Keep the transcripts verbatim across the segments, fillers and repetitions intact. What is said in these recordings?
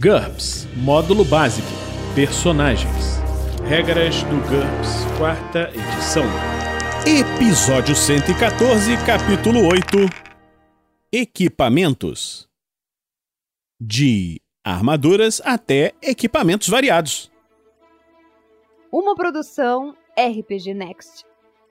GURPS Módulo Básico Personagens. Regras do GURPS, quarta edição. Episódio cento e quatorze, capítulo oito. Equipamentos. De armaduras até equipamentos variados. Uma produção R P G Next.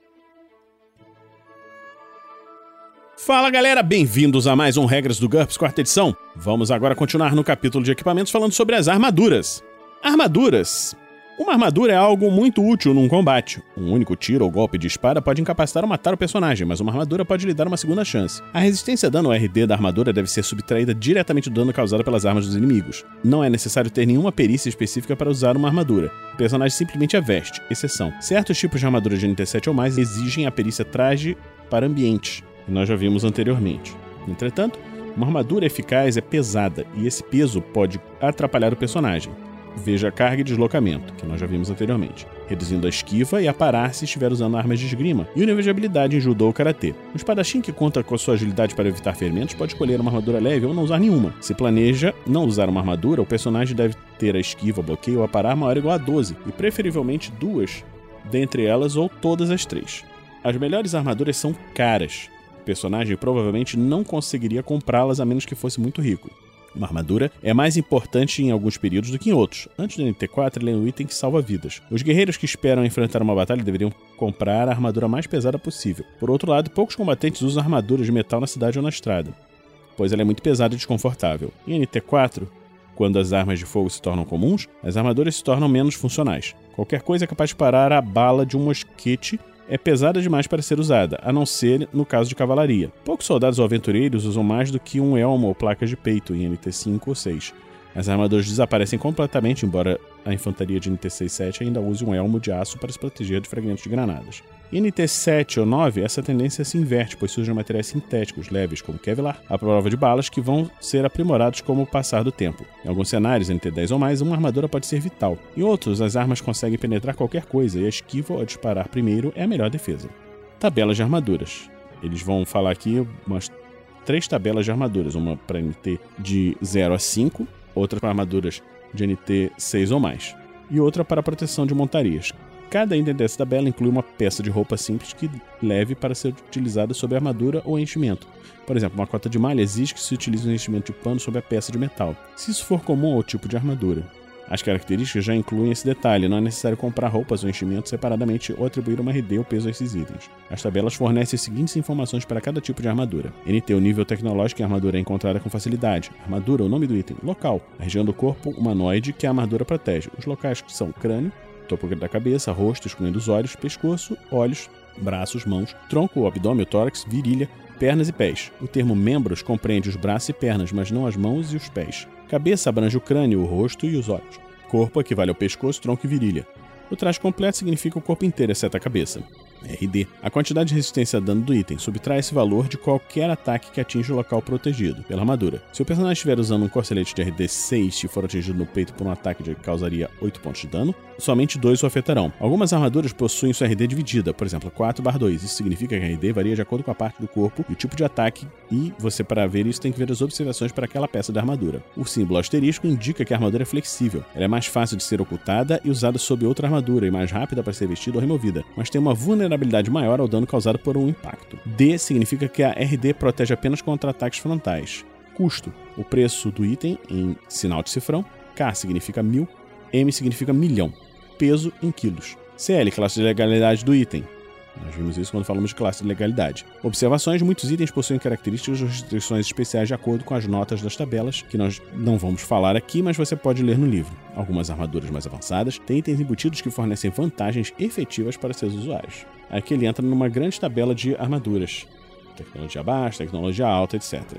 Fala galera, bem-vindos a mais um Regras do GURPS, quarta edição. Vamos agora continuar no capítulo de equipamentos falando sobre as armaduras. Armaduras. Uma armadura é algo muito útil num combate. Um único tiro ou golpe de espada pode incapacitar ou matar o personagem, mas uma armadura pode lhe dar uma segunda chance. A resistência a dano R D da armadura deve ser subtraída diretamente do dano causado pelas armas dos inimigos. Não é necessário ter nenhuma perícia específica para usar uma armadura. O personagem simplesmente a veste, exceção. Certos tipos de armadura de N T sete ou mais exigem a perícia traje para ambientes, que nós já vimos anteriormente. Entretanto, uma armadura eficaz é pesada, e esse peso pode atrapalhar o personagem. Veja a carga e deslocamento, que nós já vimos anteriormente, reduzindo a esquiva e a parar se estiver usando armas de esgrima, e o nível de habilidade em judô ou karatê. Um espadachim que conta com a sua agilidade para evitar ferimentos pode escolher uma armadura leve ou não usar nenhuma. Se planeja não usar uma armadura, o personagem deve ter a esquiva, bloqueio ou a parar maior ou igual a doze, e preferivelmente duas dentre elas ou todas as três. As melhores armaduras são caras. O personagem provavelmente não conseguiria comprá-las a menos que fosse muito rico. Uma armadura é mais importante em alguns períodos do que em outros. Antes do N T quatro, ele é um item que salva vidas. Os guerreiros que esperam enfrentar uma batalha deveriam comprar a armadura mais pesada possível. Por outro lado, poucos combatentes usam armaduras de metal na cidade ou na estrada, pois ela é muito pesada e desconfortável. Em N T quatro, quando as armas de fogo se tornam comuns, as armaduras se tornam menos funcionais. Qualquer coisa é capaz de parar a bala de um mosquete é pesada demais para ser usada, a não ser no caso de cavalaria. Poucos soldados ou aventureiros usam mais do que um elmo ou placas de peito em N T cinco ou seis. As armaduras desaparecem completamente, embora a infantaria de N T seis e sete ainda use um elmo de aço para se proteger de fragmentos de granadas. Em N T sete ou nove, essa tendência se inverte, pois surgem materiais sintéticos leves, como Kevlar, à prova de balas, que vão ser aprimorados com o passar do tempo. Em alguns cenários, N T dez ou mais, uma armadura pode ser vital. Em outros, as armas conseguem penetrar qualquer coisa, e a esquiva ao disparar primeiro é a melhor defesa. Tabelas de armaduras. Eles vão falar aqui umas três tabelas de armaduras, uma para N T de zero a cinco, outra para armaduras de N T seis ou mais, e outra para proteção de montarias. Cada item dessa tabela inclui uma peça de roupa simples que leve para ser utilizada sob a armadura ou enchimento. Por exemplo, uma cota de malha exige que se utilize um enchimento de pano sobre a peça de metal, se isso for comum ao tipo de armadura. As características já incluem esse detalhe, não é necessário comprar roupas ou enchimentos separadamente ou atribuir uma R D ou peso a esses itens. As tabelas fornecem as seguintes informações para cada tipo de armadura. N T, o nível tecnológico que a armadura é encontrada com facilidade. Armadura, o nome do item. Local, a região do corpo humanoide que a armadura protege. Os locais são crânio, topo da cabeça, rosto, excluindo os olhos, pescoço, olhos, braços, mãos, tronco, abdômen, tórax, virilha, pernas e pés. O termo membros compreende os braços e pernas, mas não as mãos e os pés. Cabeça abrange o crânio, o rosto e os olhos. Corpo equivale ao pescoço, tronco e virilha. O traje completo significa o corpo inteiro, exceto a cabeça. R D. A quantidade de resistência a dano do item subtrai esse valor de qualquer ataque que atinja o local protegido pela armadura. Se o personagem estiver usando um corcelete de R D seis e for atingido no peito por um ataque que causaria oito pontos de dano, somente dois o afetarão. Algumas armaduras possuem sua R D dividida, por exemplo, quatro barra dois. Isso significa que a R D varia de acordo com a parte do corpo e o tipo de ataque, e você, para ver isso, tem que ver as observações para aquela peça da armadura. O símbolo asterisco indica que a armadura é flexível. Ela é mais fácil de ser ocultada e usada sob outra armadura, e mais rápida para ser vestida ou removida, mas tem uma vulnerabilidade maior ao dano causado por um impacto. D significa que a R D protege apenas contra ataques frontais. Custo, o preço do item em sinal de cifrão. K significa mil. M significa milhão. Peso em quilos. C L, classe de legalidade do item. Nós vimos isso quando falamos de classe de legalidade. Observações: muitos itens possuem características ou restrições especiais de acordo com as notas das tabelas, que nós não vamos falar aqui, mas você pode ler no livro. Algumas armaduras mais avançadas têm itens embutidos que fornecem vantagens efetivas para seus usuários. Aqui ele entra numa grande tabela de armaduras. Tecnologia baixa, tecnologia alta, etcétera.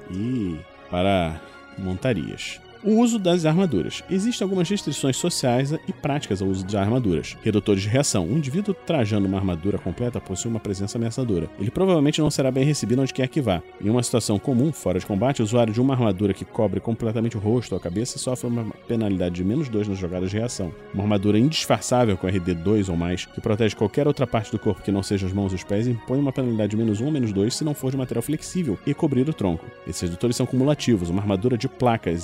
E para montarias. O uso das armaduras. Existem algumas restrições sociais e práticas ao uso de armaduras. Redutores de reação. Um indivíduo trajando uma armadura completa possui uma presença ameaçadora. Ele provavelmente não será bem recebido onde quer que vá. Em uma situação comum, fora de combate, o usuário de uma armadura que cobre completamente o rosto ou a cabeça sofre uma penalidade de menos dois nas jogadas de reação. Uma armadura indisfarçável com R D dois ou mais, que protege qualquer outra parte do corpo que não seja as mãos ou os pés, impõe uma penalidade de menos um ou menos dois se não for de material flexível e cobrir o tronco. Esses redutores são cumulativos. Uma armadura de placas e um elmo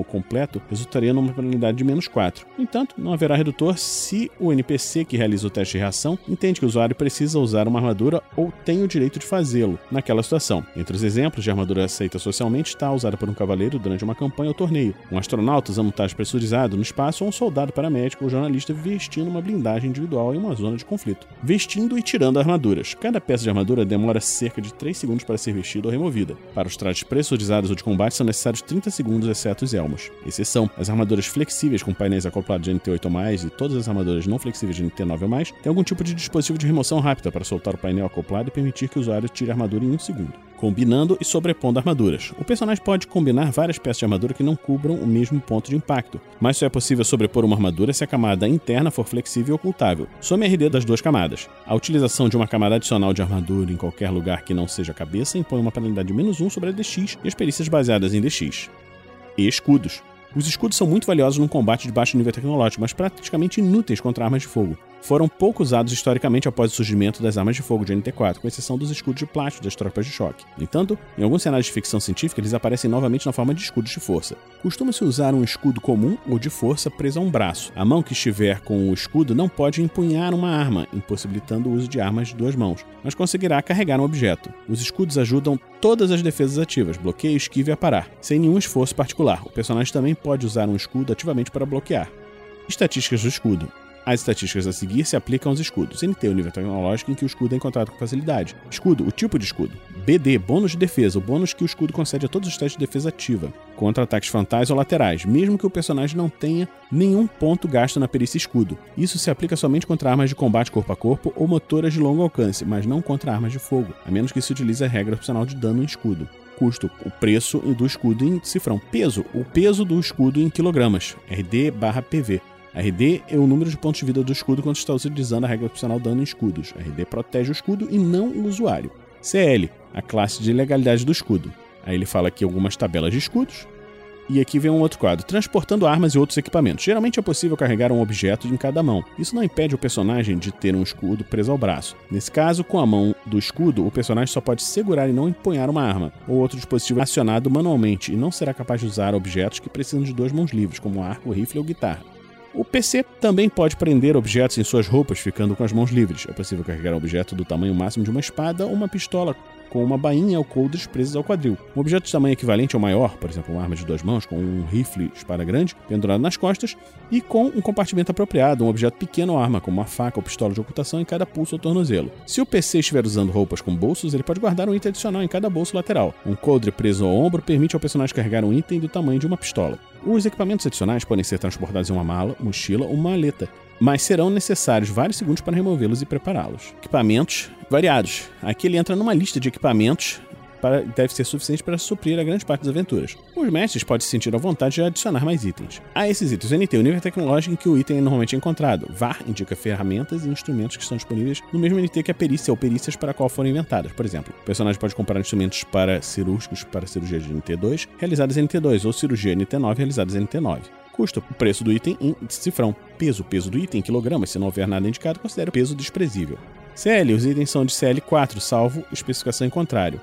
combo completo resultaria numa penalidade de menos quatro. No entanto, não haverá redutor se o N P C que realiza o teste de reação entende que o usuário precisa usar uma armadura ou tem o direito de fazê-lo naquela situação. Entre os exemplos de armadura aceita socialmente está usada por um cavaleiro durante uma campanha ou torneio, um astronauta usando um traje pressurizado no espaço ou um soldado paramédico ou jornalista vestindo uma blindagem individual em uma zona de conflito, vestindo e tirando armaduras. Cada peça de armadura demora cerca de três segundos para ser vestida ou removida. Para os trajes pressurizados ou de combate são necessários trinta segundos, exceto os elmos. Exceção: as armaduras flexíveis com painéis acoplados de N T oito ou mais e todas as armaduras não flexíveis de N T nove ou mais têm algum tipo de dispositivo de remoção rápida para soltar o painel acoplado e permitir que o usuário tire a armadura em um segundo, combinando e sobrepondo armaduras. O personagem pode combinar várias peças de armadura que não cubram o mesmo ponto de impacto, mas só é possível sobrepor uma armadura se a camada interna for flexível e ocultável. Some R D das duas camadas. A utilização de uma camada adicional de armadura em qualquer lugar que não seja a cabeça impõe uma penalidade de menos um sobre a D X e as perícias baseadas em D X. E escudos. Os escudos são muito valiosos num combate de baixo nível tecnológico, mas praticamente inúteis contra armas de fogo. Foram pouco usados historicamente após o surgimento das armas de fogo de N T quatro, com exceção dos escudos de plástico das tropas de choque. No entanto, em alguns cenários de ficção científica, eles aparecem novamente na forma de escudos de força. Costuma-se usar um escudo comum ou de força preso a um braço. A mão que estiver com o escudo não pode empunhar uma arma, impossibilitando o uso de armas de duas mãos, mas conseguirá carregar um objeto. Os escudos ajudam todas as defesas ativas, bloqueio, esquiva e aparar, sem nenhum esforço particular. O personagem também pode usar um escudo ativamente para bloquear. Estatísticas do escudo. As estatísticas a seguir se aplicam aos escudos. N T, o nível tecnológico em que o escudo é encontrado com facilidade. Escudo, o tipo de escudo. B D, bônus de defesa, o bônus que o escudo concede a todos os testes de defesa ativa, contra ataques frontais ou laterais, mesmo que o personagem não tenha nenhum ponto gasto na perícia escudo. Isso se aplica somente contra armas de combate corpo a corpo ou motoras de longo alcance, mas não contra armas de fogo, a menos que se utilize a regra opcional de dano em escudo. Custo, o preço do escudo em cifrão. Peso, o peso do escudo em quilogramas, R D barra P V. R D é o número de pontos de vida do escudo quando está utilizando a regra opcional dano em escudos. R D protege o escudo e não o usuário. C L, a classe de legalidade do escudo. Aí ele fala aqui algumas tabelas de escudos. E aqui vem um outro quadro, transportando armas e outros equipamentos. Geralmente é possível carregar um objeto em cada mão. Isso não impede o personagem de ter um escudo preso ao braço. Nesse caso, com a mão do escudo, o personagem só pode segurar e não empunhar uma arma, ou outro dispositivo acionado manualmente, e não será capaz de usar objetos que precisam de duas mãos livres, como arco, rifle ou guitarra. O P C também pode prender objetos em suas roupas, ficando com as mãos livres. É possível carregar um objeto do tamanho máximo de uma espada ou uma pistola, com uma bainha ou coldres presos ao quadril. Um objeto de tamanho equivalente ao maior, por exemplo, uma arma de duas mãos com um rifle espada grande pendurado nas costas e com um compartimento apropriado, um objeto pequeno ou arma, como uma faca ou pistola de ocultação em cada pulso ou tornozelo. Se o P C estiver usando roupas com bolsos, ele pode guardar um item adicional em cada bolso lateral. Um coldre preso ao ombro permite ao personagem carregar um item do tamanho de uma pistola. Os equipamentos adicionais podem ser transportados em uma mala, mochila ou maleta, mas serão necessários vários segundos para removê-los e prepará-los. Equipamentos variados. Aqui ele entra numa lista de equipamentos para, deve ser suficiente para suprir a grande parte das aventuras. Os mestres podem se sentir à vontade de adicionar mais itens. A esses itens, o N T, o nível tecnológico em que o item é normalmente encontrado. V A R indica ferramentas e instrumentos que estão disponíveis no mesmo N T que a perícia ou perícias para a qual foram inventadas. Por exemplo, o personagem pode comprar instrumentos para cirúrgicos para cirurgia de N T dois realizadas em N T dois ou cirurgia N T nove realizadas em N T nove. Custo, o preço do item em cifrão. Peso, peso do item em quilogramas. Se não houver nada indicado, considere o peso desprezível. C L, os itens são de C L quatro, salvo especificação em contrário.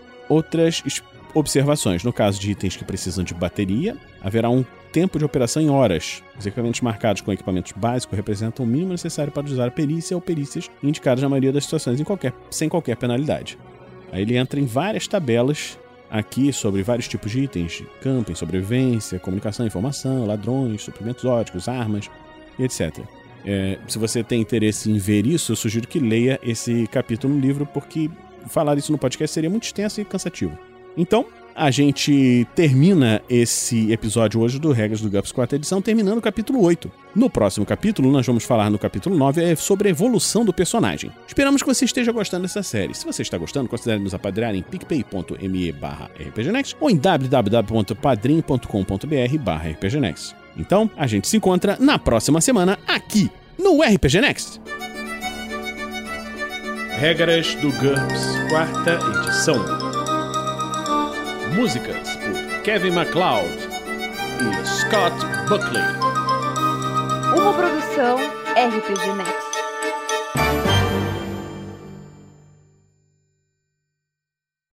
Outras observações. No caso de itens que precisam de bateria, haverá um tempo de operação em horas. Os equipamentos marcados com equipamentos básicos representam o mínimo necessário para usar a perícia ou perícias indicadas na maioria das situações em qualquer, sem qualquer penalidade. Aí ele entra em várias tabelas aqui sobre vários tipos de itens, camping, sobrevivência, comunicação, informação, ladrões, suprimentos óticos, armas, e etcétera. É, se você tem interesse em ver isso, eu sugiro que leia esse capítulo no livro, porque falar isso no podcast seria muito extenso e cansativo. Então, a gente termina esse episódio hoje do Regras do GURPS quarta edição, terminando o capítulo oito. No próximo capítulo, nós vamos falar no capítulo nove sobre a evolução do personagem. Esperamos que você esteja gostando dessa série. Se você está gostando, considere nos apadrinhar em picpay.me barra rpgnext ou em www.padrim.com.br barra rpgnext. Então, a gente se encontra na próxima semana aqui no R P G Next. Regras do GURPS quarta edição. Músicas por Kevin MacLeod e Scott Buckley. Uma produção R P G Next.